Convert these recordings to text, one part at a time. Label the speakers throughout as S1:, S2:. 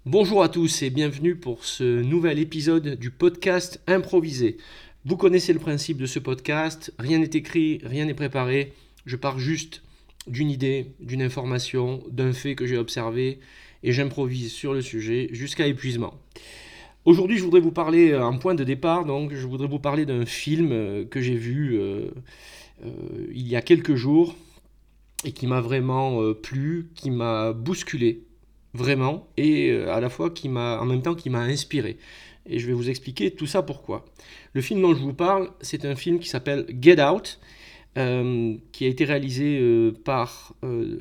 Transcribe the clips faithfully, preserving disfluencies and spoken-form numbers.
S1: Bonjour à tous et bienvenue pour ce nouvel épisode du podcast improvisé. Vous connaissez le principe de ce podcast, rien n'est écrit, rien n'est préparé, je pars juste d'une idée, d'une information, d'un fait que j'ai observé et j'improvise sur le sujet jusqu'à épuisement. Aujourd'hui je voudrais vous parler en point de départ, donc je voudrais vous parler d'un film que j'ai vu euh, euh, il y a quelques jours et qui m'a vraiment euh, plu, qui m'a bousculé, vraiment, et euh, à la fois qui m'a, en même temps qui m'a inspiré. Et je vais vous expliquer tout ça pourquoi. Le film dont je vous parle, c'est un film qui s'appelle Get Out, euh, qui a été réalisé euh, par euh,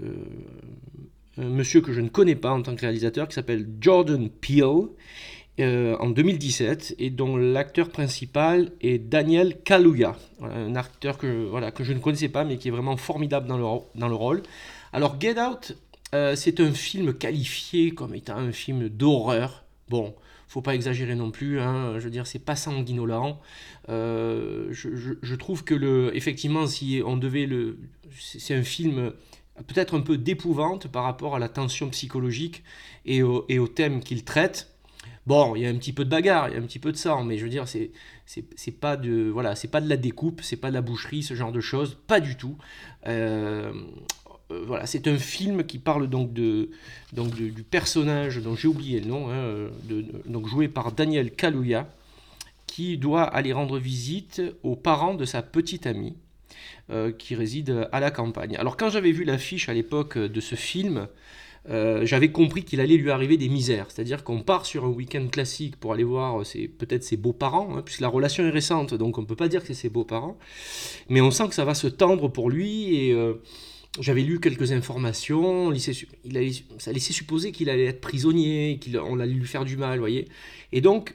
S1: un monsieur que je ne connais pas en tant que réalisateur, qui s'appelle Jordan Peele, euh, en deux mille dix-sept, et dont l'acteur principal est Daniel Kaluuya, voilà, un acteur que, voilà, que je ne connaissais pas, mais qui est vraiment formidable dans le, dans le rôle. Alors Get Out, euh, c'est un film qualifié comme étant un film d'horreur. Bon, faut pas exagérer non plus, hein, je veux dire, c'est pas sanguinolent. Euh, je, je, je trouve que, le, effectivement, si on devait le... C'est un film peut-être un peu d'épouvante par rapport à la tension psychologique et au, et au thème qu'il traite. Bon, il y a un petit peu de bagarre, il y a un petit peu de sang, mais je veux dire, c'est, c'est, c'est pas de, voilà, c'est pas de la découpe, c'est pas de la boucherie, ce genre de choses, pas du tout. Euh, euh, voilà, c'est un film qui parle donc de, donc de- du personnage dont j'ai oublié le nom, hein, de- de- donc joué par Daniel Kaluuya, qui doit aller rendre visite aux parents de sa petite amie euh, qui réside à la campagne. Alors quand j'avais vu l'affiche à l'époque de ce film, euh, j'avais compris qu'il allait lui arriver des misères. C'est-à-dire qu'on part sur un week-end classique pour aller voir ses, peut-être ses beaux-parents, hein, puisque la relation est récente, donc on ne peut pas dire que c'est ses beaux-parents, mais on sent que ça va se tendre pour lui, et euh, j'avais lu quelques informations, il allait, ça laissait supposer qu'il allait être prisonnier, qu'on allait lui faire du mal, vous voyez. Et donc,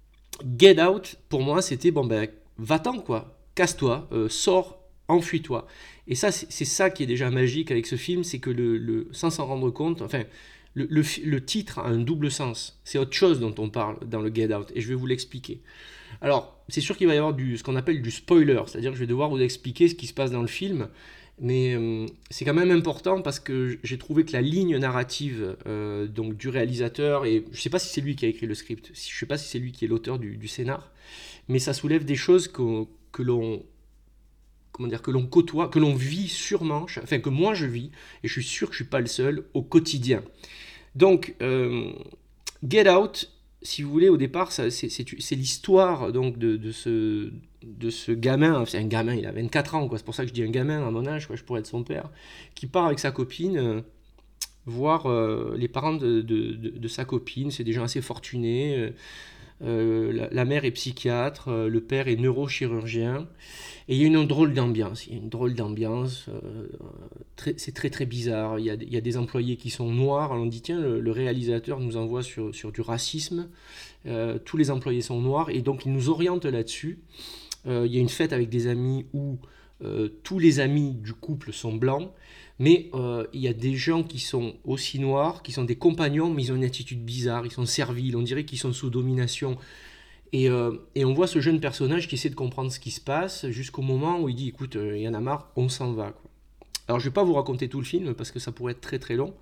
S1: Get Out, pour moi, c'était, bon ben, va-t'en quoi, casse-toi, euh, sors, enfuis-toi. Et ça, c'est c'est ça qui est déjà magique avec ce film, c'est que le, le- sans s'en rendre compte, enfin, le, le le titre a un double sens. C'est autre chose dont on parle dans le Get Out, et je vais vous l'expliquer. Alors, c'est sûr qu'il va y avoir du, ce qu'on appelle du spoiler, c'est-à-dire que je vais devoir vous expliquer ce qui se passe dans le film, mais euh, c'est quand même important parce que j'ai trouvé que la ligne narrative euh, donc du réalisateur, et je ne sais pas si c'est lui qui a écrit le script, je ne sais pas si c'est lui qui est l'auteur du, du scénar, mais ça soulève des choses que, que l'on comment dire que l'on côtoie, que l'on vit sûrement, enfin que moi je vis, et je suis sûr que je ne suis pas le seul au quotidien. Donc, euh, Get Out, si vous voulez, au départ, ça, c'est, c'est, c'est l'histoire donc de, de ce de ce gamin, c'est un gamin, il a vingt-quatre ans, quoi. C'est pour ça que je dis un gamin à mon âge, quoi, je pourrais être son père, qui part avec sa copine euh, voir euh, les parents de, de, de, de sa copine. C'est des gens assez fortunés. Euh, euh, la, la mère est psychiatre, euh, le père est neurochirurgien, et il y a une drôle d'ambiance. Il y a une drôle d'ambiance. Euh, très- c'est très très bizarre. Il y, a, il y a des employés qui sont noirs. Alors on dit tiens, le, le réalisateur nous envoie sur, sur du racisme. Euh, tous les employés sont noirs et donc il nous oriente là-dessus. Euh, il y a une fête avec des amis où euh, tous les amis du couple sont blancs, mais euh, il y a des gens qui sont aussi noirs, qui sont des compagnons, mais ils ont une attitude bizarre, ils sont serviles, on dirait qu'ils sont sous domination. Et, euh, et on voit ce jeune personnage qui essaie de comprendre ce qui se passe jusqu'au moment où il dit écoute, euh, il y en a marre, on s'en va, quoi. Alors je vais pas vous raconter tout le film parce que ça pourrait être très très long.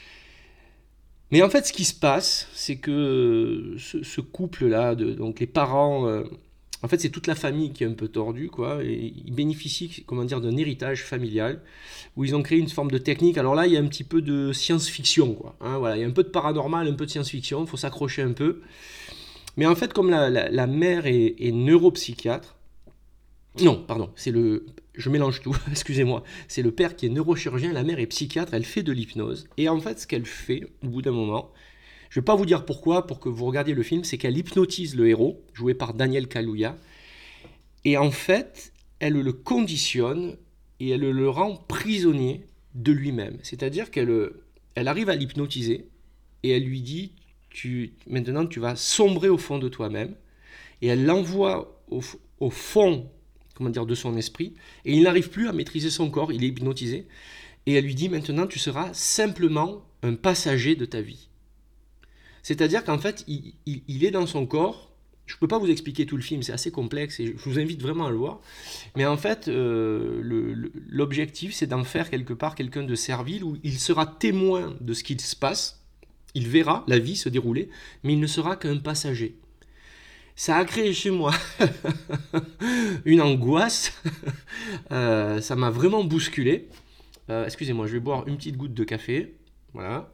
S1: Mais en fait, ce qui se passe, c'est que euh, ce, ce couple-là, de, donc les parents, euh, en fait, c'est toute la famille qui est un peu tordue, quoi. Et ils bénéficient, comment dire, d'un héritage familial où ils ont créé une forme de technique. Alors là, il y a un petit peu de science-fiction, quoi. Hein, voilà, il y a un peu de paranormal, un peu de science-fiction. Il faut s'accrocher un peu. Mais en fait, comme la, la, la mère est, est neuropsychiatre, non, pardon, c'est le. Je mélange tout, excusez-moi. C'est le père qui est neurochirurgien, la mère est psychiatre, elle fait de l'hypnose. Et en fait, ce qu'elle fait, au bout d'un moment, je ne vais pas vous dire pourquoi, pour que vous regardiez le film, c'est qu'elle hypnotise le héros, joué par Daniel Kaluuya, et en fait, elle le conditionne et elle le rend prisonnier de lui-même. C'est-à-dire qu'elle elle arrive à l'hypnotiser et elle lui dit tu, maintenant tu vas sombrer au fond de toi-même, et elle l'envoie au, au fond, comment dire, de son esprit, et il n'arrive plus à maîtriser son corps, il est hypnotisé, et elle lui dit maintenant tu seras simplement un passager de ta vie. C'est-à-dire qu'en fait, il, il- il est dans son corps. Je ne peux pas vous expliquer tout le film, c'est assez complexe et je vous invite vraiment à le voir. Mais en fait, euh, le- le- l'objectif, c'est d'en faire quelque part quelqu'un de servile où il sera témoin de ce qu'il se passe. Il verra la vie se dérouler, mais il ne sera qu'un passager. Ça a créé chez moi une angoisse, euh, ça m'a vraiment bousculé. Euh, excusez-moi, je vais boire une petite goutte de café, voilà.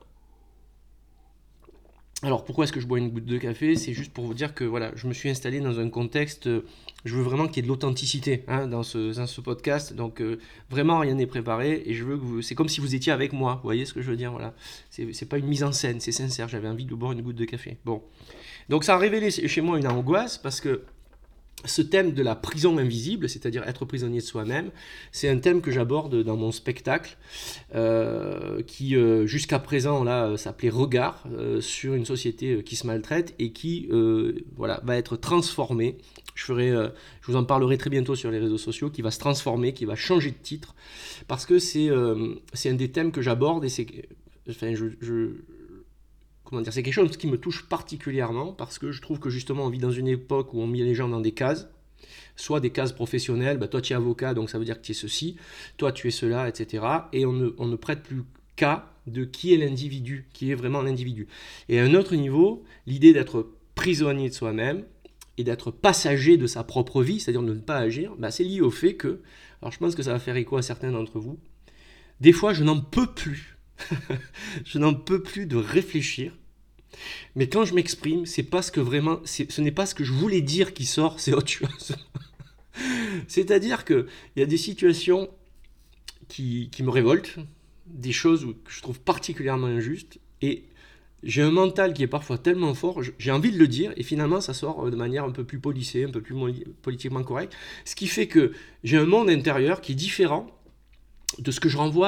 S1: Alors pourquoi est-ce que je bois une goutte de café? C'est juste pour vous dire que voilà, je me suis installé dans un contexte, euh, je veux vraiment qu'il y ait de l'authenticité hein, dans, ce, dans ce podcast, donc euh, vraiment rien n'est préparé et je veux que vous, c'est comme si vous étiez avec moi, vous voyez ce que je veux dire, voilà. C'est, c'est pas une mise en scène, c'est sincère, j'avais envie de boire une goutte de café. Bon, donc ça a révélé chez moi une angoisse parce que ce thème de la prison invisible, c'est-à-dire être prisonnier de soi-même, c'est un thème que j'aborde dans mon spectacle, euh, qui euh, jusqu'à présent là s'appelait Regard euh, sur une société qui se maltraite et qui euh, voilà, va être transformée. Je, ferai, euh, je vous en parlerai très bientôt sur les réseaux sociaux, qui va se transformer, qui va changer de titre, parce que c'est, euh, c'est un des thèmes que j'aborde et c'est, enfin, je, je comment dire, c'est quelque chose qui me touche particulièrement parce que je trouve que justement on vit dans une époque où on met les gens dans des cases, soit des cases professionnelles, bah toi tu es avocat donc ça veut dire que tu es ceci, toi tu es cela, et cetera. Et on ne, on ne prête plus cas de qui est l'individu, qui est vraiment l'individu. Et à un autre niveau, l'idée d'être prisonnier de soi-même et d'être passager de sa propre vie, c'est-à-dire de ne pas agir, bah c'est lié au fait que, alors je pense que ça va faire écho à certains d'entre vous, des fois je n'en peux plus je n'en peux plus de réfléchir. Mais quand je m'exprime, c'est pas ce que vraiment, c'est, ce n'est pas ce que je voulais dire qui sort, c'est autre chose. C'est-à-dire que il y a des situations qui, qui me révoltent, des choses que je trouve particulièrement injustes, et j'ai un mental qui est parfois tellement fort, j'ai envie de le dire, et finalement ça sort de manière un peu plus policée, un peu plus politiquement correcte, ce qui fait que j'ai un monde intérieur qui est différent de ce que je renvoie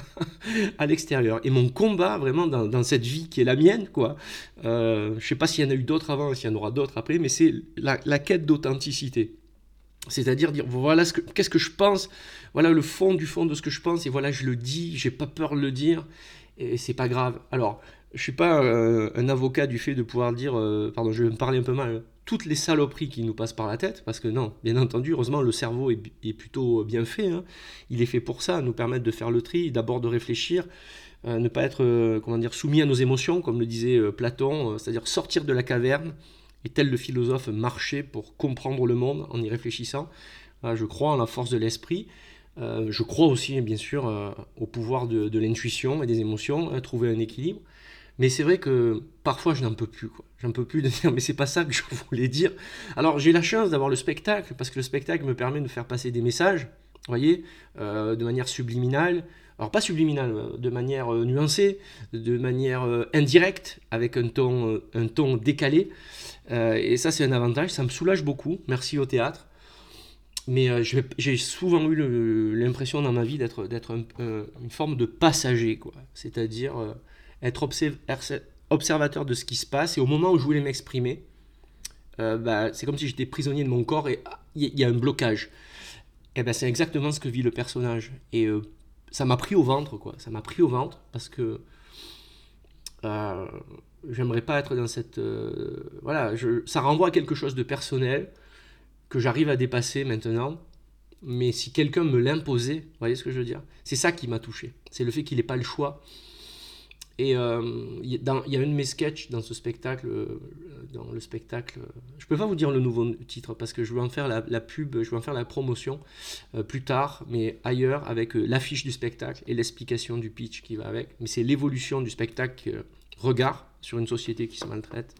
S1: à l'extérieur. Et mon combat vraiment dans, dans cette vie qui est la mienne, quoi, euh, je ne sais pas s'il y en a eu d'autres avant, s'il y en aura d'autres après, mais c'est la, la quête d'authenticité. C'est-à-dire dire, voilà ce que, qu'est-ce que je pense, voilà le fond du fond de ce que je pense, et voilà je le dis, j'ai pas peur de le dire, et c'est pas grave. Alors, je suis pas euh, un avocat du fait de pouvoir dire, euh, pardon, je vais me parler un peu mal, toutes les saloperies qui nous passent par la tête, parce que non, bien entendu, heureusement, le cerveau est, est plutôt bien fait, hein. Il est fait pour ça, nous permettre de faire le tri, d'abord de réfléchir, euh, ne pas être euh, comment dire, soumis à nos émotions, comme le disait euh, Platon, euh, c'est-à-dire sortir de la caverne, et tel le philosophe marcher pour comprendre le monde en y réfléchissant. Voilà, je crois en la force de l'esprit. Euh, je crois aussi, bien sûr, euh, au pouvoir de, de l'intuition et des émotions, hein, trouver un équilibre. Mais c'est vrai que parfois je n'en peux plus, quoi. J'en peux plus de dire, mais c'est pas ça que je voulais dire. Alors j'ai la chance d'avoir le spectacle, parce que le spectacle me permet de faire passer des messages, vous voyez, euh, de manière subliminale. Alors pas subliminale, de manière euh, nuancée, de manière euh, indirecte, avec un ton, euh, un ton décalé. Euh, et ça c'est un avantage, ça me soulage beaucoup, merci au théâtre. Mais euh, je- j'ai souvent eu le- l'impression dans ma vie d'être, d'être un- un- une forme de passager, quoi. C'est-à-dire euh, être observ- erse- observateur de ce qui se passe, et au moment où je voulais m'exprimer, euh, bah, c'est comme si j'étais prisonnier de mon corps et ah, il y, y a un blocage. Et ben c'est exactement ce que vit le personnage. Et euh, ça m'a pris au ventre, quoi. Ça m'a pris au ventre parce que euh, j'aimerais pas être dans cette. Euh, voilà, je, ça renvoie à quelque chose de personnel que j'arrive à dépasser maintenant. Mais si quelqu'un me l'imposait, vous voyez ce que je veux dire? C'est ça qui m'a touché. C'est le fait qu'il n'ait pas le choix. Et euh, il euh, y, y a un de mes sketchs dans ce spectacle, euh, dans le spectacle, euh, je peux pas vous dire le nouveau titre parce que je vais en faire la, la pub, je vais en faire la promotion euh, plus tard, mais ailleurs avec euh, l'affiche du spectacle et l'explication du pitch qui va avec. Mais c'est l'évolution du spectacle euh, Regard sur une société qui se maltraite.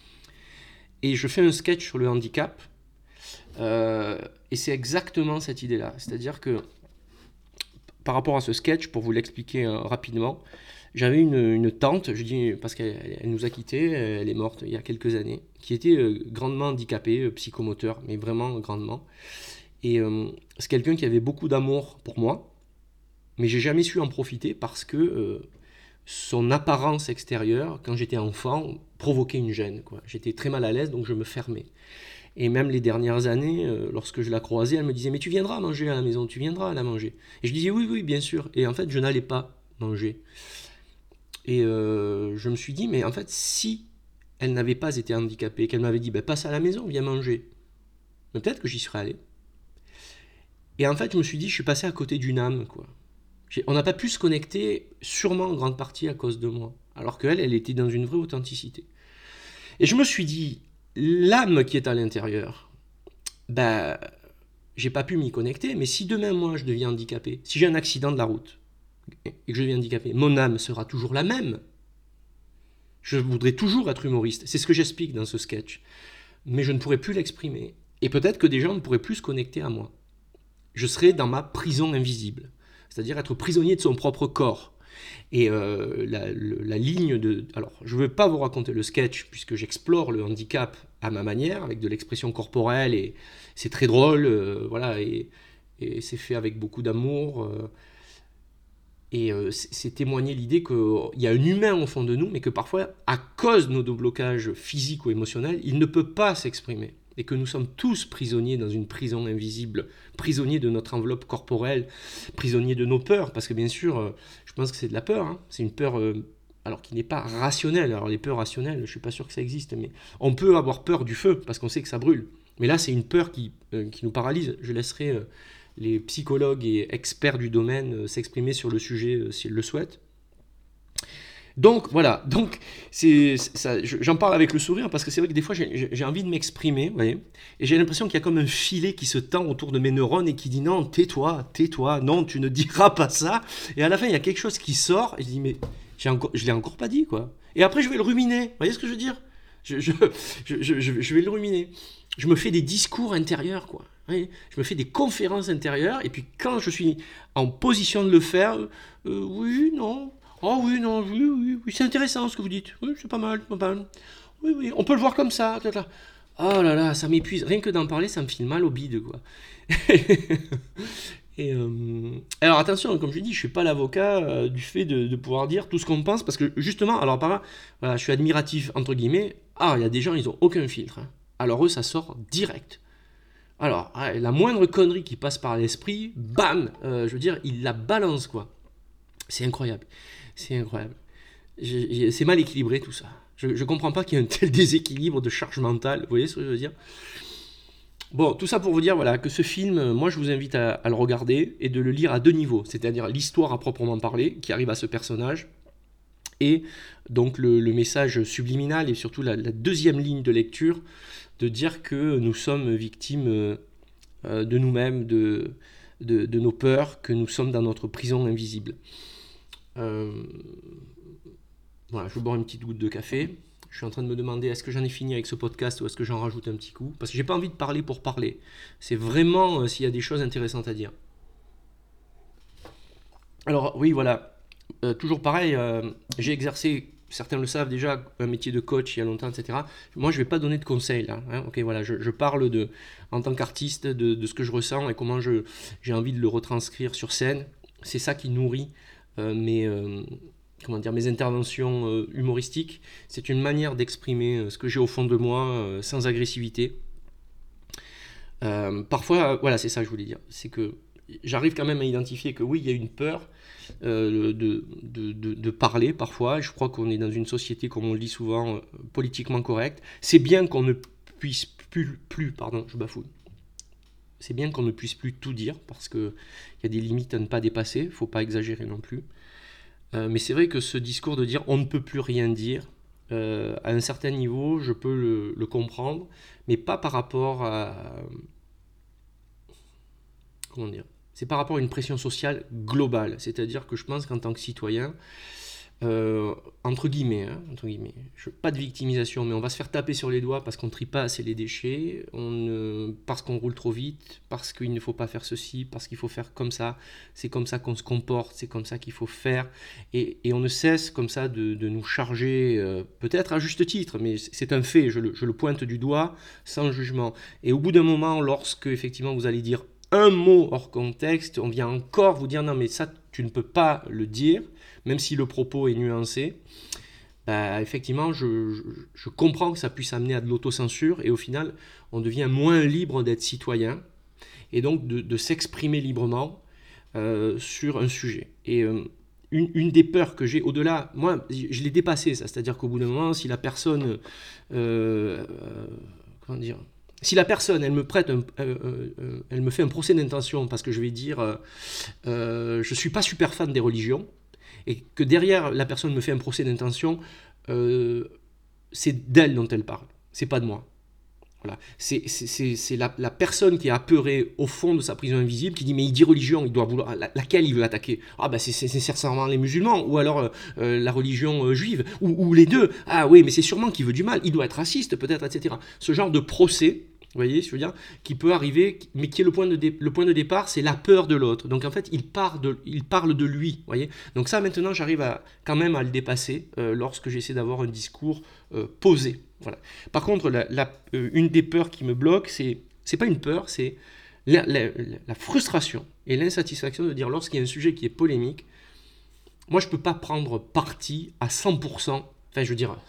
S1: Et je fais un sketch sur le handicap euh, et c'est exactement cette idée-là, c'est-à-dire que par rapport à ce sketch, pour vous l'expliquer euh, rapidement, j'avais une, une tante, je dis parce qu'elle elle nous a quittés, elle est morte il y a quelques années, qui était euh, grandement handicapée, euh, psychomoteur, mais vraiment grandement. Et euh, c'est quelqu'un qui avait beaucoup d'amour pour moi, mais j'ai jamais su en profiter parce que euh, son apparence extérieure, quand j'étais enfant, provoquait une gêne, quoi. J'étais très mal à l'aise, donc je me fermais. Et même les dernières années, euh, lorsque je la croisais, elle me disait « Mais tu viendras manger à la maison, tu viendras à la manger. » Et je disais « Oui, oui, bien sûr. » Et en fait, je n'allais pas manger. Et euh, je me suis dit, mais en fait, si elle n'avait pas été handicapée, qu'elle m'avait dit, ben, passe à la maison, viens manger, mais peut-être que j'y serais allé. Et en fait, je me suis dit, je suis passé à côté d'une âme, quoi. J'ai, on n'a pas pu se connecter, sûrement en grande partie à cause de moi. alors qu'elle, elle était dans une vraie authenticité. Et je me suis dit, l'âme qui est à l'intérieur, ben, j'ai pas pu m'y connecter, mais si demain, moi, je deviens handicapé, si j'ai un accident de la route, et que je deviens handicapé, mon âme sera toujours la même. Je voudrais toujours être humoriste. C'est ce que j'explique dans ce sketch. Mais je ne pourrais plus l'exprimer. Et peut-être que des gens ne pourraient plus se connecter à moi. Je serais dans ma prison invisible. C'est-à-dire être prisonnier de son propre corps. Et euh, la, le, la ligne de... Alors, je ne veux pas vous raconter le sketch, puisque j'explore le handicap à ma manière, avec de l'expression corporelle, et c'est très drôle, euh, voilà, et, et c'est fait avec beaucoup d'amour. Euh, Et euh, c'est témoigner l'idée qu'il y a un humain au fond de nous, mais que parfois, à cause de nos blocages physiques ou émotionnels, il ne peut pas s'exprimer. Et que nous sommes tous prisonniers dans une prison invisible, prisonniers de notre enveloppe corporelle, prisonniers de nos peurs. Parce que bien sûr, euh, je pense que c'est de la peur. Hein. C'est une peur euh, alors qui n'est pas rationnelle. Alors les peurs rationnelles, je ne suis pas sûr que ça existe, mais on peut avoir peur du feu parce qu'on sait que ça brûle. Mais là, c'est une peur qui, euh, qui nous paralyse. Je laisserai... Euh, les psychologues et experts du domaine s'exprimer sur le sujet s'ils le souhaitent. Donc voilà, donc c'est, ça, j'en parle avec le sourire parce que c'est vrai que des fois j'ai, j'ai envie de m'exprimer, vous voyez, et j'ai l'impression qu'il y a comme un filet qui se tend autour de mes neurones et qui dit non, tais-toi, tais-toi, non, tu ne diras pas ça. Et à la fin il y a quelque chose qui sort et je dis mais j'ai encore, je l'ai encore pas dit quoi. Et après je vais le ruminer, vous voyez ce que je veux dire, je, je, je, je, je, je vais le ruminer. Je me fais des discours intérieurs quoi. Oui, je me fais des conférences intérieures et puis quand je suis en position de le faire, euh, oui, non, oh oui, non, oui, oui, oui, c'est intéressant ce que vous dites, oui, c'est pas mal, pas mal, oui, oui, on peut le voir comme ça, oh là là, ça m'épuise, rien que d'en parler, ça me file mal au bide, quoi. Et euh, alors attention, comme je dis, je suis pas l'avocat euh, du fait de, de pouvoir dire tout ce qu'on pense, parce que justement, alors par là, voilà, je suis admiratif, entre guillemets, ah, il y a des gens, ils ont aucun filtre, hein. Alors eux, ça sort direct. Alors, la moindre connerie qui passe par l'esprit, bam, euh, je veux dire, il la balance, quoi. C'est incroyable. C'est incroyable. J'ai, j'ai, c'est mal équilibré, tout ça. Je ne comprends pas qu'il y ait un tel déséquilibre de charge mentale. Vous voyez ce que je veux dire ? Bon, tout ça pour vous dire voilà, que ce film, moi, je vous invite à, à le regarder et de le lire à deux niveaux. C'est-à-dire l'histoire à proprement parler, qui arrive à ce personnage, et donc le, le message subliminal et surtout la, la deuxième ligne de lecture, de dire que nous sommes victimes euh, de nous-mêmes, de, de, de nos peurs, que nous sommes dans notre prison invisible. Euh, voilà, je bois une petite goutte de café. Je suis en train de me demander est-ce que j'en ai fini avec ce podcast ou est-ce que j'en rajoute un petit coup, parce que j'ai pas envie de parler pour parler. C'est vraiment euh, s'il y a des choses intéressantes à dire. Alors oui, voilà. Euh, toujours pareil, euh, j'ai exercé, certains le savent déjà, un métier de coach il y a longtemps, et cetera. Moi, je ne vais pas donner de conseils là. Hein. Ok, voilà, je, je parle de, en tant qu'artiste de, de ce que je ressens et comment je, j'ai envie de le retranscrire sur scène. C'est ça qui nourrit euh, mes, euh, comment dire, mes interventions euh, humoristiques. C'est une manière d'exprimer euh, ce que j'ai au fond de moi euh, sans agressivité. Euh, parfois, euh, voilà, c'est ça que je voulais dire. C'est que j'arrive quand même à identifier que oui, il y a une peur euh, de, de, de, de parler parfois. Je crois qu'on est dans une société, comme on le dit souvent, euh, politiquement correcte. C'est bien qu'on ne puisse plus, plus pardon, je bafouille. C'est bien qu'on ne puisse plus tout dire, parce qu'il y a des limites à ne pas dépasser, il ne faut pas exagérer non plus. Euh, mais c'est vrai que ce discours de dire on ne peut plus rien dire, euh, à un certain niveau, je peux le, le comprendre, mais pas par rapport à... Comment dire ? C'est par rapport à une pression sociale globale. C'est-à-dire que je pense qu'en tant que citoyen, euh, entre guillemets, hein, entre guillemets, je, pas de victimisation, mais on va se faire taper sur les doigts parce qu'on ne trie pas assez les déchets, on, euh, parce qu'on roule trop vite, parce qu'il ne faut pas faire ceci, parce qu'il faut faire comme ça, c'est comme ça qu'on se comporte, c'est comme ça qu'il faut faire, et, et on ne cesse comme ça de, de nous charger, euh, peut-être à juste titre, mais c'est un fait, je le, je le pointe du doigt, sans jugement. Et au bout d'un moment, lorsque effectivement vous allez dire un mot hors contexte, on vient encore vous dire non mais ça tu ne peux pas le dire, même si le propos est nuancé. Bah, effectivement je, je, je comprends que ça puisse amener à de l'autocensure et au final on devient moins libre d'être citoyen et donc de, de s'exprimer librement euh, sur un sujet. Et euh, une, une des peurs que j'ai au-delà, moi je l'ai dépassé ça, c'est-à-dire qu'au bout d'un moment si la personne euh, euh, comment dire Si la personne, elle me prête, un, euh, euh, elle me fait un procès d'intention parce que je vais dire, euh, euh, je suis pas super fan des religions, et que derrière la personne me fait un procès d'intention, euh, c'est d'elle dont elle parle, c'est pas de moi. Voilà. C'est, c'est, c'est, c'est la, la personne qui est apeurée au fond de sa prison invisible qui dit mais il dit religion, il doit vouloir la, laquelle il veut attaquer. Ah ben c'est, c'est, c'est nécessairement les musulmans ou alors euh, euh, la religion euh, juive ou, ou les deux. Ah oui mais c'est sûrement qu'il veut du mal, il doit être raciste peut-être, et cetera. Ce genre de procès, vous voyez, je veux dire, qui peut arriver, mais qui est le point de, dé, le point de départ, c'est la peur de l'autre. Donc en fait, il, part de, il parle de lui, vous voyez. Donc ça, maintenant, j'arrive à, quand même à le dépasser euh, lorsque j'essaie d'avoir un discours euh, posé. Voilà. Par contre, la, la, euh, une des peurs qui me bloque, c'est, c'est pas une peur, c'est la, la, la frustration et l'insatisfaction de dire lorsqu'il y a un sujet qui est polémique, moi, je peux pas prendre parti à cent pour cent. Enfin, je veux dire,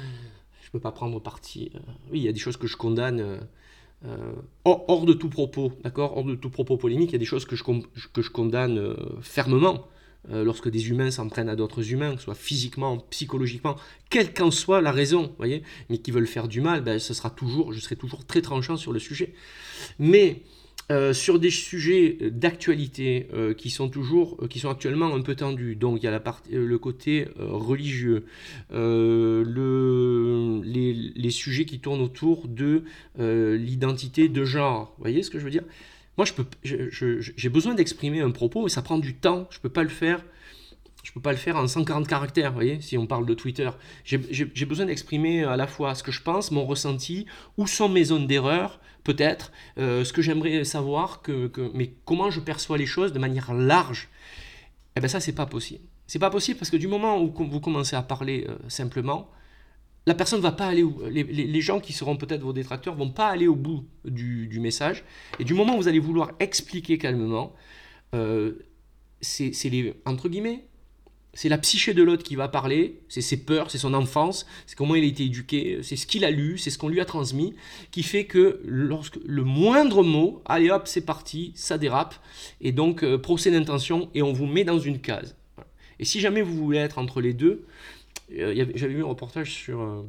S1: je peux pas prendre parti. Euh, oui, il y a des choses que je condamne. Euh, Euh, hors, hors de tout propos, d'accord, hors de tout propos polémique, il y a des choses que je, que je condamne euh, fermement euh, lorsque des humains s'en prennent à d'autres humains, que ce soit physiquement, psychologiquement, quelle qu'en soit la raison, voyez, mais qui veulent faire du mal, ben, ce sera toujours, je serai toujours très tranchant sur le sujet. Mais euh, sur des sujets d'actualité euh, qui sont toujours, euh, qui sont actuellement un peu tendus, donc il y a la partie, euh, le côté euh, religieux, euh, le, les, les sujets qui tournent autour de euh, l'identité de genre, vous voyez ce que je veux dire? Moi, je peux, je, je, j'ai besoin d'exprimer un propos, mais ça prend du temps, je peux pas le faire. Je peux pas le faire en cent quarante caractères, vous voyez, si on parle de Twitter. J'ai, j'ai, j'ai besoin d'exprimer à la fois ce que je pense, mon ressenti, où sont mes zones d'erreur, peut-être, euh, ce que j'aimerais savoir, que, que, mais comment je perçois les choses de manière large. Eh bien ça, c'est pas possible. C'est pas possible parce que du moment où vous commencez à parler euh, simplement, la personne va pas aller où, les, les, les gens qui seront peut-être vos détracteurs vont pas aller au bout du, du message. Et du moment où vous allez vouloir expliquer calmement, euh, c'est, c'est les, entre guillemets, c'est la psyché de l'autre qui va parler, c'est ses peurs, c'est son enfance, c'est comment il a été éduqué, c'est ce qu'il a lu, c'est ce qu'on lui a transmis, qui fait que lorsque le moindre mot, allez hop, c'est parti, ça dérape, et donc euh, procès d'intention, et on vous met dans une case. Voilà. Et si jamais vous voulez être entre les deux, euh, y avait, j'avais vu un reportage sur euh,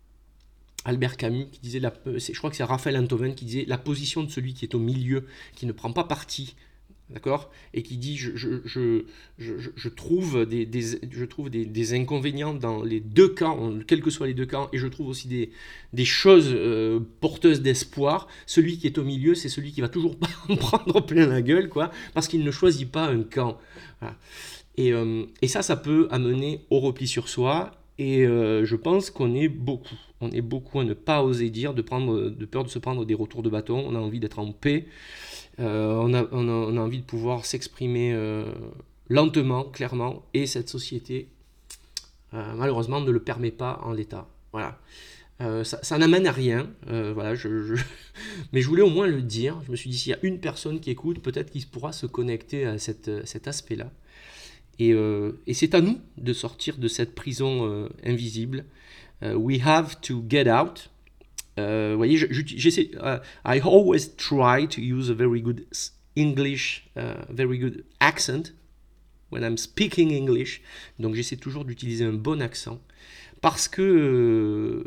S1: Albert Camus, qui disait, la, euh, c'est, je crois que c'est Raphaël Enthoven, qui disait la position de celui qui est au milieu, qui ne prend pas parti, d'accord, et qui dit je, je, je, je, je trouve, des, des, je trouve des, des inconvénients dans les deux camps, quels que soient les deux camps, et je trouve aussi des, des choses euh, porteuses d'espoir. Celui qui est au milieu, c'est celui qui va toujours pas en prendre plein la gueule, quoi, parce qu'il ne choisit pas un camp. Voilà. Et, euh, et ça, ça peut amener au repli sur soi. Et euh, je pense qu'on est beaucoup, on est beaucoup à ne pas oser dire, de, prendre, de peur de se prendre des retours de bâton. On a envie d'être en paix. Euh, on, a, on, a, on a envie de pouvoir s'exprimer euh, lentement, clairement, et cette société, euh, malheureusement, ne le permet pas en l'état. Voilà. Euh, ça, ça n'amène à rien, euh, voilà, je, je... mais je voulais au moins le dire. Je me suis dit, s'il y a une personne qui écoute, peut-être qu'il pourra se connecter à cette, cet aspect-là. Et, euh, et c'est à nous de sortir de cette prison euh, invisible. Uh, we have to get out. Euh, vous voyez, j'essaie. Uh, I always try to use a very good English, uh, very good accent when I'm speaking English. Donc j'essaie toujours d'utiliser un bon accent parce que euh,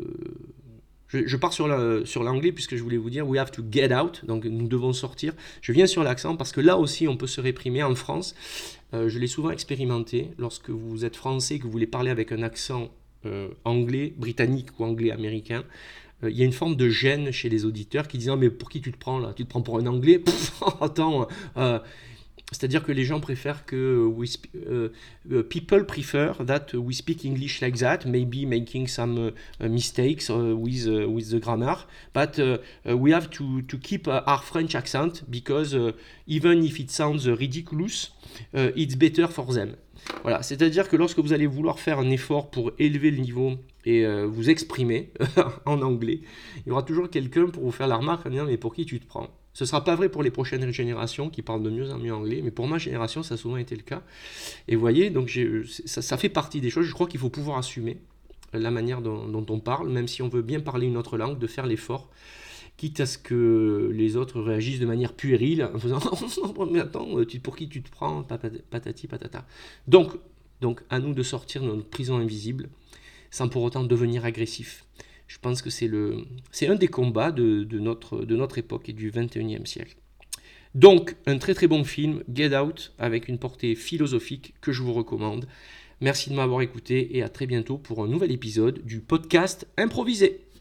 S1: je, je pars sur, la, sur l'anglais puisque je voulais vous dire we have to get out. Donc nous devons sortir. Je viens sur l'accent parce que là aussi on peut se réprimer en France. Euh, je l'ai souvent expérimenté lorsque vous êtes français et que vous voulez parler avec un accent euh, anglais, britannique ou anglais américain. Il y a une forme de gêne chez les auditeurs qui disent ah, mais pour qui tu te prends là? Tu te prends pour un anglais? Pff, attends, euh, c'est-à-dire que les gens préfèrent que we sp- uh, people prefer that we speak English like that, maybe making some uh, mistakes uh, with uh, with the grammar, but uh, uh, we have to to keep uh, our French accent because uh, even if it sounds ridiculous, uh, it's better for them. Voilà, c'est-à-dire que lorsque vous allez vouloir faire un effort pour élever le niveau et euh, vous exprimer en anglais, il y aura toujours quelqu'un pour vous faire la remarque en disant mais pour qui tu te prends? Ce ne sera pas vrai pour les prochaines générations qui parlent de mieux en mieux anglais, mais pour ma génération, ça a souvent été le cas. Et vous voyez, donc j'ai, ça, ça fait partie des choses, je crois qu'il faut pouvoir assumer la manière dont, dont on parle, même si on veut bien parler une autre langue, de faire l'effort, quitte à ce que les autres réagissent de manière puérile, en faisant « mais attends, pour qui tu te prends, patati patata ». Donc, donc, à nous de sortir de notre prison invisible, sans pour autant devenir agressif. Je pense que c'est, le, c'est un des combats de, de, notre, de notre époque et du vingt et unième siècle. Donc, un très très bon film, Get Out, avec une portée philosophique que je vous recommande. Merci de m'avoir écouté et à très bientôt pour un nouvel épisode du podcast improvisé.